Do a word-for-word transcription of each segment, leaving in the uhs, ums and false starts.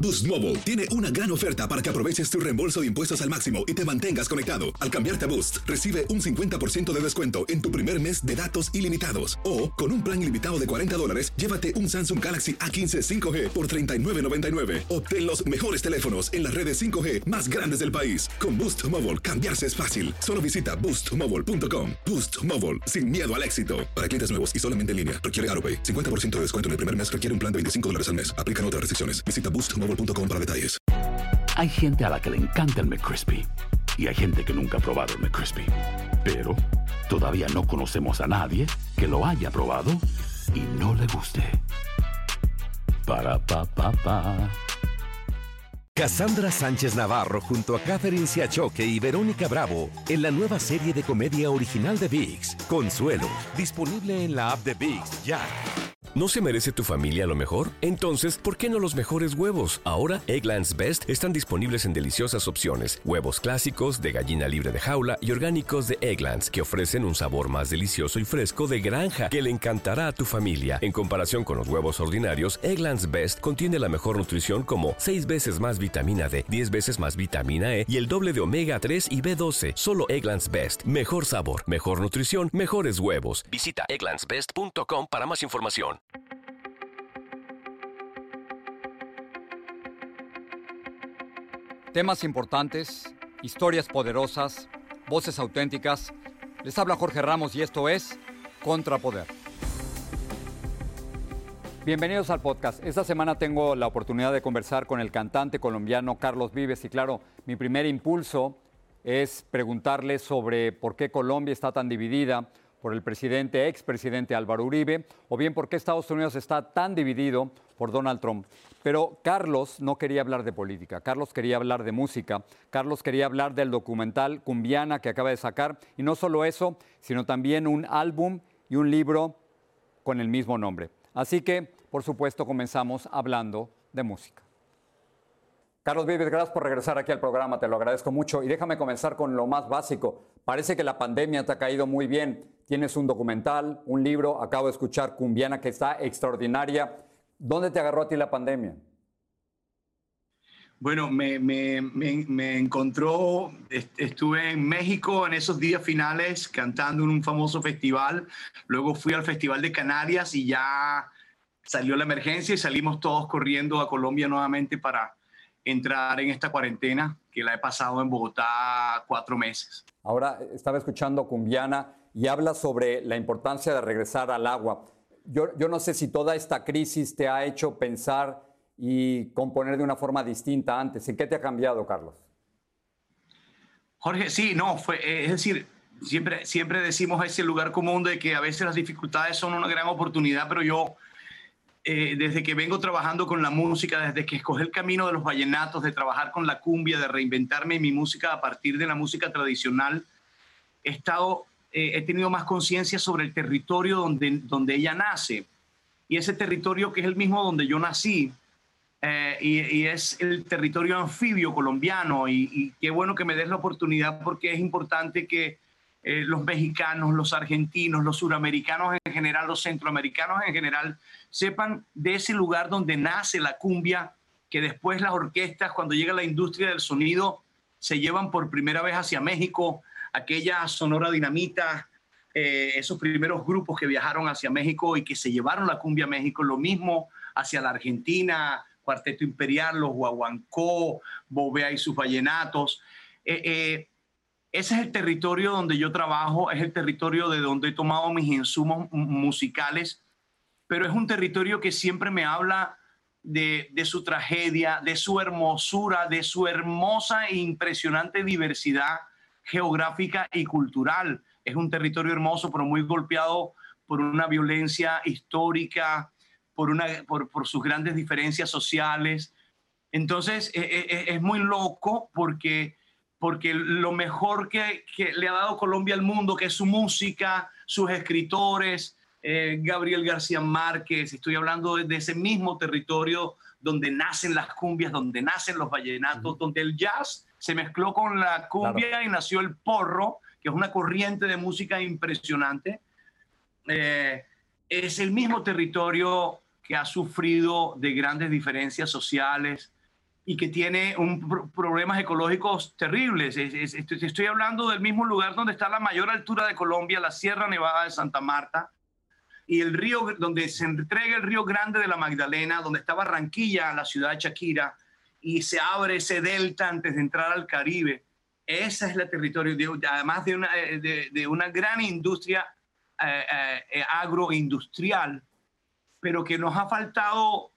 Boost Mobile tiene una gran oferta para que aproveches tu reembolso de impuestos al máximo y te mantengas conectado. Al cambiarte a Boost, recibe un cincuenta por ciento de descuento en tu primer mes de datos ilimitados. O, con un plan ilimitado de cuarenta dólares, llévate un Samsung Galaxy A quince cinco G por treinta y nueve noventa y nueve. Obtén los mejores teléfonos en las redes cinco G más grandes del país. Con Boost Mobile, cambiarse es fácil. Solo visita boost mobile punto com. Boost Mobile, sin miedo al éxito. Para clientes nuevos y solamente en línea, requiere AutoPay. cincuenta por ciento de descuento en el primer mes requiere un plan de veinticinco dólares al mes. Aplican otras restricciones. Visita boost mobile punto com para detalles. Hay gente a la que le encanta el McCrispy y hay gente que nunca ha probado el McCrispy. Pero todavía no conocemos a nadie que lo haya probado y no le guste. Para pa pa pa. Cassandra Sánchez Navarro junto a Catherine Siachoque y Verónica Bravo en la nueva serie de comedia original de ViX, Consuelo, disponible en la app de ViX ya. ¿No se merece tu familia lo mejor? Entonces, ¿por qué no los mejores huevos? Ahora, Eggland's Best están disponibles en deliciosas opciones. Huevos clásicos, de gallina libre de jaula y orgánicos de Eggland's, que ofrecen un sabor más delicioso y fresco de granja que le encantará a tu familia. En comparación con los huevos ordinarios, Eggland's Best contiene la mejor nutrición como seis veces más vitamina D, diez veces más vitamina E y el doble de omega tres y B doce. Solo Eggland's Best. Mejor sabor, mejor nutrición, mejores huevos. Visita egglands best punto com para más información. Temas importantes, historias poderosas, voces auténticas. Les habla Jorge Ramos y esto es Contrapoder. Bienvenidos al podcast. Esta semana tengo la oportunidad de conversar con el cantante colombiano Carlos Vives y claro, mi primer impulso es preguntarle sobre por qué Colombia está tan dividida por el presidente, expresidente Álvaro Uribe, o bien por qué Estados Unidos está tan dividido por Donald Trump. Pero Carlos no quería hablar de política, Carlos quería hablar de música, Carlos quería hablar del documental Cumbiana que acaba de sacar, y no solo eso, sino también un álbum y un libro con el mismo nombre. Así que, por supuesto, comenzamos hablando de música. Carlos Vives, gracias por regresar aquí al programa, te lo agradezco mucho. Y déjame comenzar con lo más básico. Parece que la pandemia te ha caído muy bien. Tienes un documental, un libro, acabo de escuchar Cumbiana, que está extraordinaria. ¿Dónde te agarró a ti la pandemia? Bueno, me, me, me, me encontró, estuve en México en esos días finales cantando en un famoso festival. Luego fui al Festival de Canarias y ya salió la emergencia y salimos todos corriendo a Colombia nuevamente para entrar en esta cuarentena que la he pasado en Bogotá cuatro meses. Ahora estaba escuchando Cumbiana y habla sobre la importancia de regresar al agua. Yo, yo no sé si toda esta crisis te ha hecho pensar y componer de una forma distinta antes. ¿En qué te ha cambiado, Carlos? Jorge, sí, no, fue, es decir, siempre, siempre decimos ese lugar común de que a veces las dificultades son una gran oportunidad, pero yo Eh, desde que vengo trabajando con la música, desde que escogí el camino de los vallenatos, de trabajar con la cumbia, de reinventarme mi música a partir de la música tradicional, he, estado, eh, he tenido más conciencia sobre el territorio donde, donde ella nace. Y ese territorio que es el mismo donde yo nací, eh, y, y es el territorio anfibio colombiano. Y, y qué bueno que me des la oportunidad porque es importante que Eh, los mexicanos, los argentinos, los suramericanos en general, los centroamericanos en general, sepan de ese lugar donde nace la cumbia, que después las orquestas, cuando llega la industria del sonido, se llevan por primera vez hacia México, aquella Sonora Dinamita, eh, esos primeros grupos que viajaron hacia México y que se llevaron la cumbia a México, lo mismo hacia la Argentina, Cuarteto Imperial, los Guaguancó, Bovea y sus vallenatos. Eh, eh, Ese es el territorio donde yo trabajo, es el territorio de donde he tomado mis insumos musicales, pero es un territorio que siempre me habla de, de su tragedia, de su hermosura, de su hermosa e impresionante diversidad geográfica y cultural. Es un territorio hermoso, pero muy golpeado por una violencia histórica, por, una, por, por sus grandes diferencias sociales. Entonces, es, es muy loco porque... porque lo mejor que, que le ha dado Colombia al mundo, que es su música, sus escritores, eh, Gabriel García Márquez, estoy hablando de, de ese mismo territorio donde nacen las cumbias, donde nacen los vallenatos, uh-huh. donde el jazz se mezcló con la cumbia claro. y nació el porro, que es una corriente de música impresionante. Eh, es el mismo territorio que ha sufrido de grandes diferencias sociales, y que tiene un, pro, problemas ecológicos terribles. Es, es, estoy, estoy hablando del mismo lugar donde está la mayor altura de Colombia, la Sierra Nevada de Santa Marta, y el río donde se entrega el río Grande de la Magdalena, donde está Barranquilla, la ciudad de Shakira, y se abre ese delta antes de entrar al Caribe. Ese es el territorio, de, además de una, de, de una gran industria eh, eh, agroindustrial, pero que nos ha faltado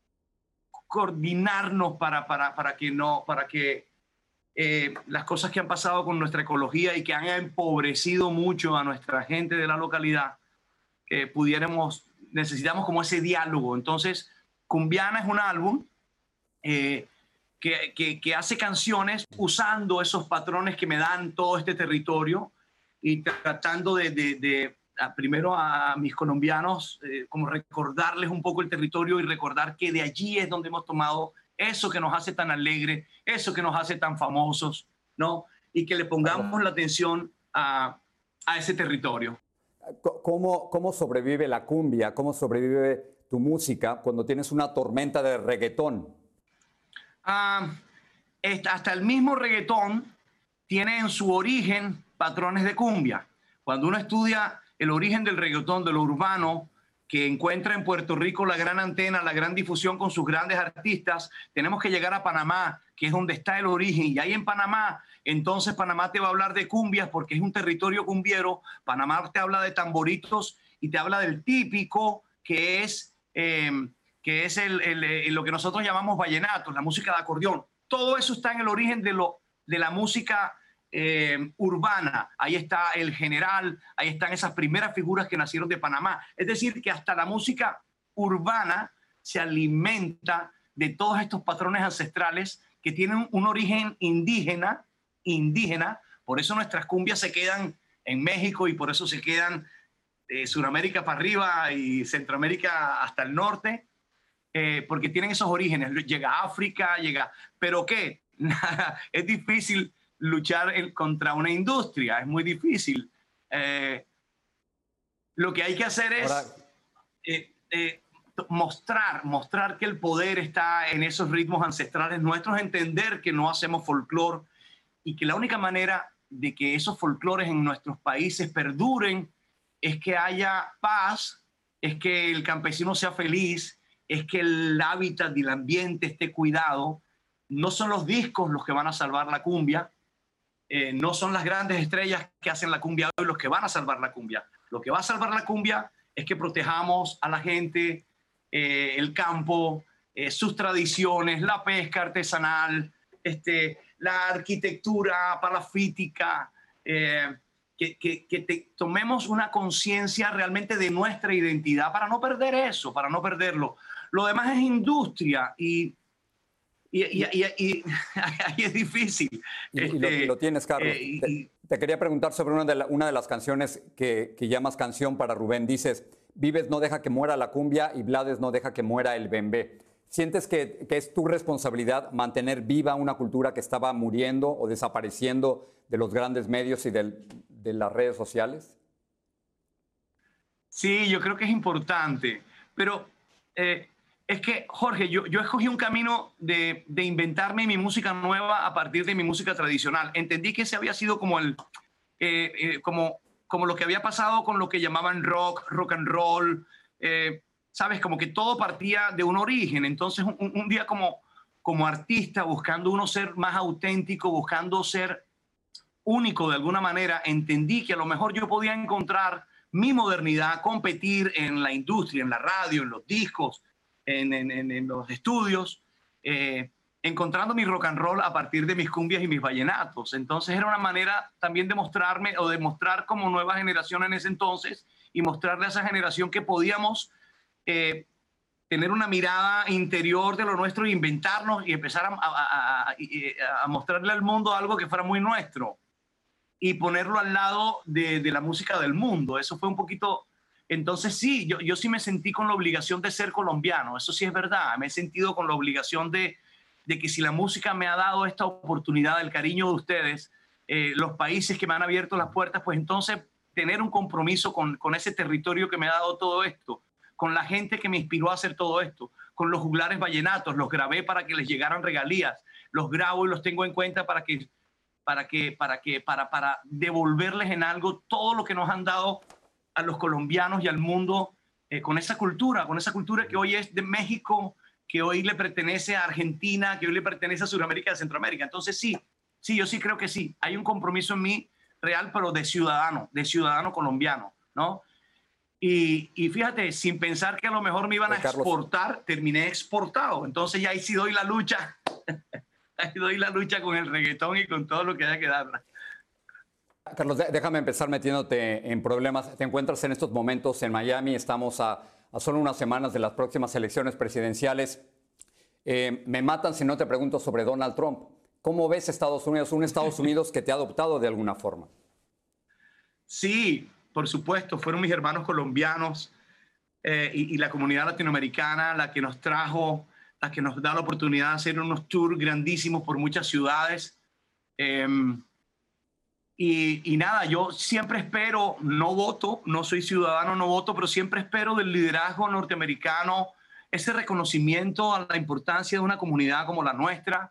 coordinarnos para, para, para que, no, para que eh, las cosas que han pasado con nuestra ecología y que han empobrecido mucho a nuestra gente de la localidad, que pudiéramos, necesitamos como ese diálogo. Entonces, Cumbiana es un álbum eh, que, que, que hace canciones usando esos patrones que me dan todo este territorio y tratando de, de, de a, primero a mis colombianos, eh, como recordarles un poco el territorio y recordar que de allí es donde hemos tomado eso que nos hace tan alegres, eso que nos hace tan famosos, ¿no? Y que le pongamos la atención a, a ese territorio. ¿Cómo, ¿Cómo sobrevive la cumbia? ¿Cómo sobrevive tu música cuando tienes una tormenta de reggaetón? Uh, hasta el mismo reggaetón tiene en su origen patrones de cumbia. Cuando uno estudia el origen del reggaetón, de lo urbano, que encuentra en Puerto Rico la gran antena, la gran difusión con sus grandes artistas, tenemos que llegar a Panamá, que es donde está el origen. Y ahí en Panamá, entonces Panamá te va a hablar de cumbias porque es un territorio cumbiero. Panamá te habla de tamboritos y te habla del típico, que es, eh, que es el, el, el, lo que nosotros llamamos vallenatos, la música de acordeón. Todo eso está en el origen de, lo, de la música Eh, urbana. Ahí está el general, ahí están esas primeras figuras que nacieron de Panamá. Es decir, que hasta la música urbana se alimenta de todos estos patrones ancestrales que tienen un origen indígena, indígena. Por eso nuestras cumbias se quedan en México y por eso se quedan de Sudamérica para arriba y Centroamérica hasta el norte, eh, porque tienen esos orígenes. Llega a África, llega... ¿Pero qué? Es difícil luchar el, contra una industria, es muy difícil. Eh, lo que hay que hacer es Ahora... eh, eh, mostrar, mostrar que el poder está en esos ritmos ancestrales nuestros, entender que no hacemos folclore y que la única manera de que esos folclores en nuestros países perduren es que haya paz, es que el campesino sea feliz, es que el hábitat y el ambiente esté cuidado. No son los discos los que van a salvar la cumbia, Eh, no son las grandes estrellas que hacen la cumbia hoy los que van a salvar la cumbia. Lo que va a salvar la cumbia es que protejamos a la gente, eh, el campo, eh, sus tradiciones, la pesca artesanal, este, la arquitectura palafítica, eh, que, que, que te, tomemos una conciencia realmente de nuestra identidad para no perder eso, para no perderlo. Lo demás es industria y... Y, y, y, y ahí es difícil. Y, este, y, lo, y lo tienes, Carlos. Eh, y, te, te quería preguntar sobre una de, la, una de las canciones que, que llamas canción para Rubén. Dices, Vives no deja que muera la cumbia y Blades no deja que muera el bembé. ¿Sientes que, que es tu responsabilidad mantener viva una cultura que estaba muriendo o desapareciendo de los grandes medios y del, de las redes sociales? Sí, yo creo que es importante. Pero... Eh, Es que, Jorge, yo, yo escogí un camino de, de inventarme mi música nueva a partir de mi música tradicional. Entendí que ese había sido como, el, eh, eh, como, como lo que había pasado con lo que llamaban rock, rock and roll, eh, ¿sabes? Como que todo partía de un origen. Entonces, un, un día como, como artista, buscando uno ser más auténtico, buscando ser único de alguna manera, entendí que a lo mejor yo podía encontrar mi modernidad, competir en la industria, en la radio, en los discos, En, en, en los estudios, eh, encontrando mi rock and roll a partir de mis cumbias y mis vallenatos. Entonces era una manera también de mostrarme o de mostrar como nueva generación en ese entonces y mostrarle a esa generación que podíamos eh, tener una mirada interior de lo nuestro e inventarnos y empezar a, a, a, a, a mostrarle al mundo algo que fuera muy nuestro y ponerlo al lado de, de la música del mundo. Eso fue un poquito... Entonces sí, yo, yo sí me sentí con la obligación de ser colombiano, eso sí es verdad, me he sentido con la obligación de, de que si la música me ha dado esta oportunidad, el cariño de ustedes, eh, los países que me han abierto las puertas, pues entonces tener un compromiso con, con ese territorio que me ha dado todo esto, con la gente que me inspiró a hacer todo esto, con los juglares vallenatos, los grabé para que les llegaran regalías, los grabo y los tengo en cuenta para que, para que, para que, para, para devolverles en algo todo lo que nos han dado a los colombianos y al mundo eh, con esa cultura, con esa cultura que hoy es de México, que hoy le pertenece a Argentina, que hoy le pertenece a Sudamérica y a Centroamérica. Entonces sí, sí, yo sí creo que sí. Hay un compromiso en mí real, pero de ciudadano, de ciudadano colombiano, ¿no? Y, y fíjate, sin pensar que a lo mejor me iban a exportar, terminé exportado. Entonces ya ahí sí doy la lucha, ahí doy la lucha con el reggaetón y con todo lo que haya que dar. Carlos, déjame empezar metiéndote en problemas. Te encuentras en estos momentos en Miami, estamos a, a solo unas semanas de las próximas elecciones presidenciales. Eh, me matan si no te pregunto sobre Donald Trump. ¿Cómo ves Estados Unidos? Un Estados Unidos que te ha adoptado de alguna forma. Sí, por supuesto, fueron mis hermanos colombianos eh, y, y la comunidad latinoamericana la que nos trajo, la que nos da la oportunidad de hacer unos tours grandísimos por muchas ciudades. Eh, y, y nada, yo siempre espero, no voto, no soy ciudadano, no voto, pero siempre espero del liderazgo norteamericano ese reconocimiento a la importancia de una comunidad como la nuestra,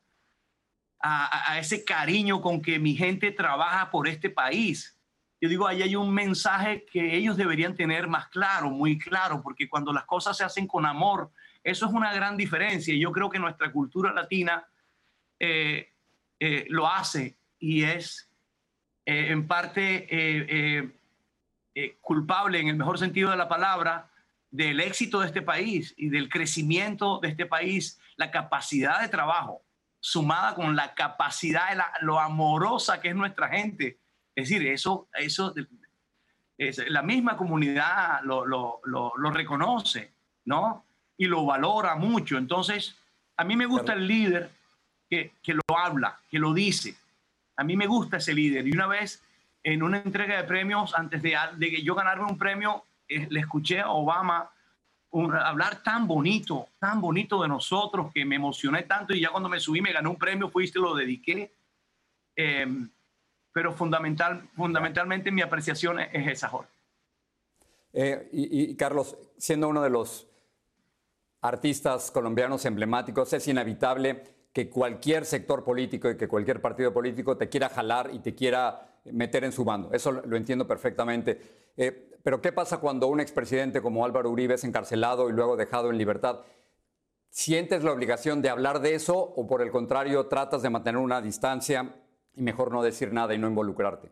a, a ese cariño con que mi gente trabaja por este país. Yo digo, ahí hay un mensaje que ellos deberían tener más claro, muy claro, porque cuando las cosas se hacen con amor, eso es una gran diferencia. Y yo creo que nuestra cultura latina eh, eh, lo hace y es eh, en parte eh, eh, eh, culpable, en el mejor sentido de la palabra, del éxito de este país y del crecimiento de este país, la capacidad de trabajo, sumada con la capacidad, la, lo amorosa que es nuestra gente. Es decir, eso, eso es, la misma comunidad lo, lo, lo, lo reconoce, ¿no? Y lo valora mucho. Entonces, a mí me gusta el líder que, que lo habla, que lo dice. A mí me gusta ese líder. Y una vez, en una entrega de premios, antes de, de que yo ganarme un premio, eh, le escuché a Obama un, hablar tan bonito, tan bonito de nosotros, que me emocioné tanto. Y ya cuando me subí, me gané un premio, fui y te lo dediqué. Eh, pero fundamental, fundamentalmente mi apreciación es, es esa, Jorge. Eh, y, y Carlos, siendo uno de los artistas colombianos emblemáticos, es inevitable que cualquier sector político y que cualquier partido político te quiera jalar y te quiera meter en su bando. Eso lo entiendo perfectamente. Eh, pero ¿qué pasa cuando un expresidente como Álvaro Uribe es encarcelado y luego dejado en libertad? ¿Sientes la obligación de hablar de eso o por el contrario tratas de mantener una distancia y mejor no decir nada y no involucrarte?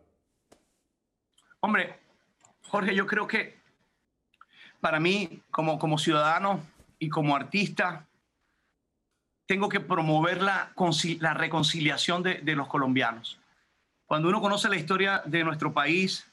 Hombre, Jorge, yo creo que para mí, como, como ciudadano y como artista, tengo que promover la, la reconciliación de, de los colombianos. Cuando uno conoce la historia de nuestro país,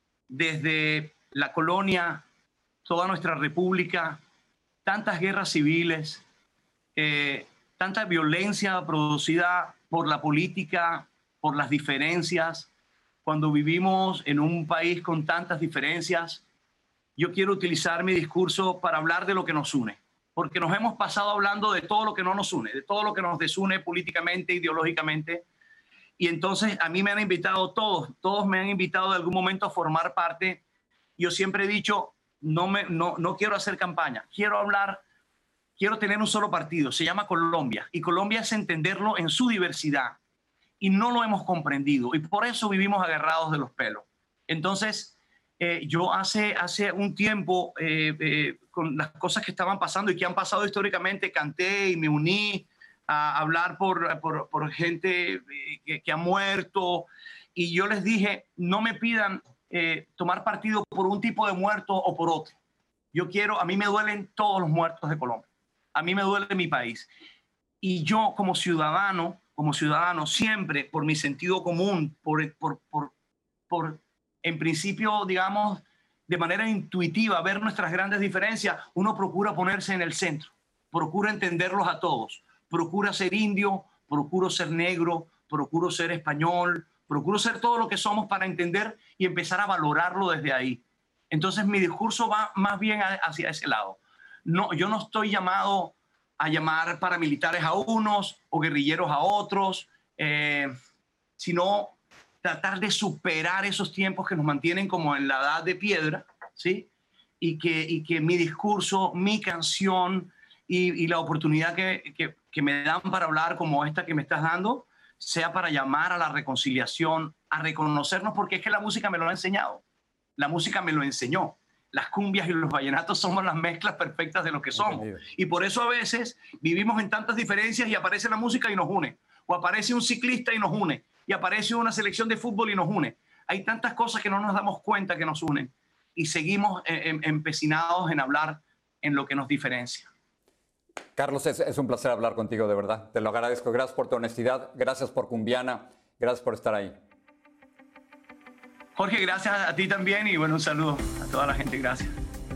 desde la colonia, toda nuestra república, tantas guerras civiles, eh, tanta violencia producida por la política, por las diferencias, cuando vivimos en un país con tantas diferencias, yo quiero utilizar mi discurso para hablar de lo que nos une, porque nos hemos pasado hablando de todo lo que no nos une, de todo lo que nos desune políticamente, ideológicamente, y entonces a mí me han invitado todos, todos me han invitado de algún momento a formar parte. Yo siempre he dicho, no, me, no, no quiero hacer campaña, quiero hablar, quiero tener un solo partido, se llama Colombia, y Colombia es entenderlo en su diversidad, y no lo hemos comprendido, y por eso vivimos agarrados de los pelos. Entonces, eh, yo hace, hace un tiempo, eh, eh, con las cosas que estaban pasando y que han pasado históricamente, canté y me uní a hablar por, por, por gente que, que ha muerto, y yo les dije, no me pidan eh, tomar partido por un tipo de muerto o por otro. Yo quiero, a mí me duelen todos los muertos de Colombia, a mí me duele mi país, y yo como ciudadano, como ciudadano, siempre por mi sentido común, por, por, por, por, en principio, digamos, de manera intuitiva, ver nuestras grandes diferencias, uno procura ponerse en el centro, procura entenderlos a todos, procura ser indio, procuro ser negro, procuro ser español, procuro ser todo lo que somos para entender y empezar a valorarlo desde ahí. Entonces mi discurso va más bien hacia ese lado. No, yo no estoy llamado a llamar paramilitares a unos o guerrilleros a otros, eh, sino tratar de superar esos tiempos que nos mantienen como en la edad de piedra, ¿sí? Y que, y que mi discurso, mi canción, y, y la oportunidad que, que, que me dan para hablar como esta que me estás dando sea para llamar a la reconciliación, a reconocernos, porque es que la música me lo ha enseñado. La música me lo enseñó. Las cumbias y los vallenatos somos las mezclas perfectas de lo que somos. Y por eso a veces vivimos en tantas diferencias y aparece la música y nos une. O aparece un ciclista y nos une. Y aparece una selección de fútbol y nos une. Hay tantas cosas que no nos damos cuenta que nos unen. Y seguimos eh, empecinados en hablar en lo que nos diferencia. Carlos, es, es un placer hablar contigo, de verdad. Te lo agradezco. Gracias por tu honestidad. Gracias por Cumbiana. Gracias por estar ahí. Jorge, gracias a ti también y bueno, un saludo a toda la gente. Gracias.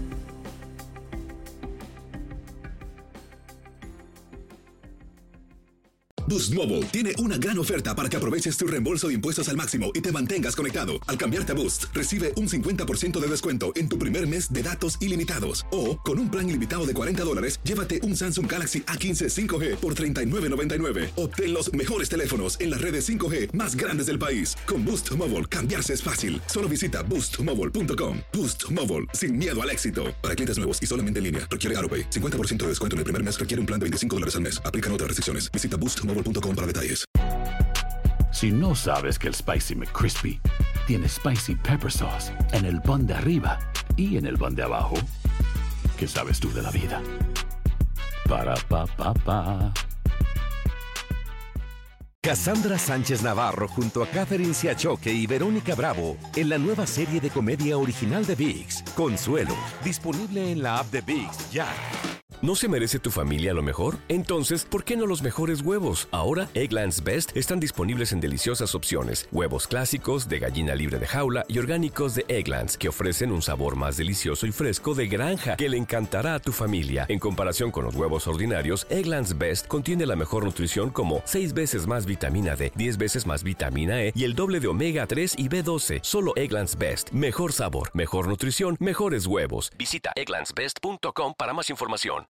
Boost Mobile tiene una gran oferta para que aproveches tu reembolso de impuestos al máximo y te mantengas conectado. Al cambiarte a Boost, recibe un cincuenta por ciento de descuento en tu primer mes de datos ilimitados. O, con un plan ilimitado de cuarenta dólares, llévate un Samsung Galaxy A quince cinco G por treinta y nueve noventa y nueve. Obtén los mejores teléfonos en las redes cinco G más grandes del país. Con Boost Mobile, cambiarse es fácil. Solo visita boost mobile punto com. Boost Mobile, sin miedo al éxito. Para clientes nuevos y solamente en línea, requiere AutoPay. cincuenta por ciento de descuento en el primer mes requiere un plan de veinticinco dólares al mes. Aplican otras restricciones. Visita boost mobile punto com para detalles. Si no sabes que el Spicy McCrispy tiene Spicy Pepper Sauce en el pan de arriba y en el pan de abajo, ¿qué sabes tú de la vida? Para, pa, pa, pa. Cassandra Sánchez Navarro junto a Catherine Siachoque y Verónica Bravo en la nueva serie de comedia original de ViX, Consuelo, disponible en la app de ViX ya. ¿No se merece tu familia lo mejor? Entonces, ¿por qué no los mejores huevos? Ahora, Eggland's Best están disponibles en deliciosas opciones. Huevos clásicos, de gallina libre de jaula y orgánicos de Eggland's, que ofrecen un sabor más delicioso y fresco de granja que le encantará a tu familia. En comparación con los huevos ordinarios, Eggland's Best contiene la mejor nutrición como seis veces más vitamina D, diez veces más vitamina E y el doble de omega tres y B doce. Solo Eggland's Best. Mejor sabor, mejor nutrición, mejores huevos. Visita egglands best punto com para más información.